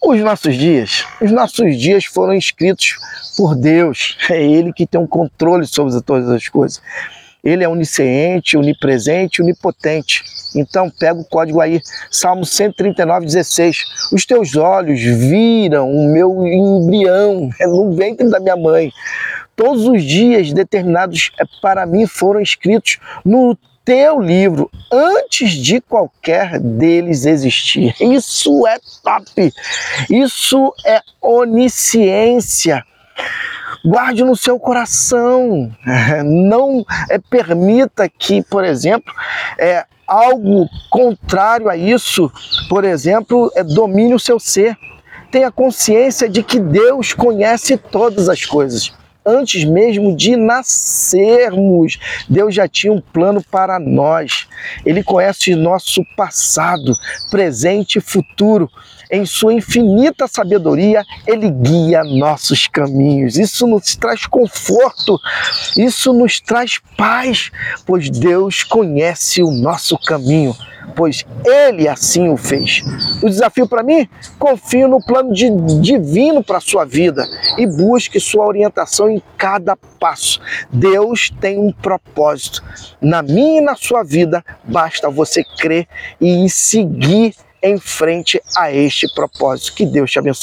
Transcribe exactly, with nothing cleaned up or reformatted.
Os nossos dias, os nossos dias foram escritos por Deus. É Ele que tem um controle sobre todas as coisas. Ele é onisciente, onipresente, onipotente. Então pega o código aí, Salmo cento e trinta e nove, dezesseis. Os teus olhos viram o meu embrião no ventre da minha mãe. Todos os dias determinados para mim foram escritos no teu livro, antes de qualquer deles existir. Isso é top! Isso é onisciência. Guarde no seu coração. Não é, permita que, por exemplo, é, algo contrário a isso, por exemplo, é, domine o seu ser. Tenha consciência de que Deus conhece todas as coisas. Antes mesmo de nascermos, Deus já tinha um plano para nós. Ele conhece nosso passado, presente e futuro. Em sua infinita sabedoria, Ele guia nossos caminhos. Isso nos traz conforto, isso nos traz paz, pois Deus conhece o nosso caminho, pois Ele assim o fez. O desafio para mim? Confie no plano de, divino para a sua vida e busque sua orientação em cada passo. Deus tem um propósito na minha e na sua vida, basta você crer e seguir em frente a este propósito. Que Deus te abençoe.